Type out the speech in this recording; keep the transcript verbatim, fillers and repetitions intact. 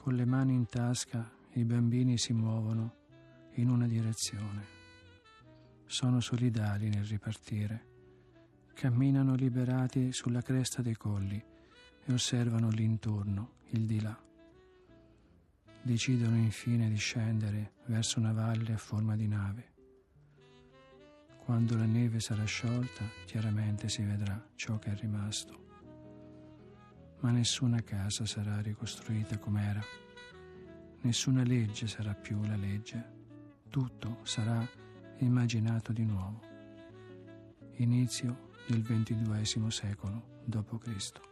con le mani in tasca i bambini si muovono in una direzione. Sono solidali nel ripartire. Camminano liberati sulla cresta dei colli e osservano l'intorno, il di là. Decidono infine di scendere verso una valle a forma di nave. Quando la neve sarà sciolta, chiaramente si vedrà ciò che è rimasto. Ma nessuna casa sarà ricostruita com'era. Nessuna legge sarà più la legge. Tutto sarà immaginato di nuovo. Inizio del ventiduesimo secolo dopo Cristo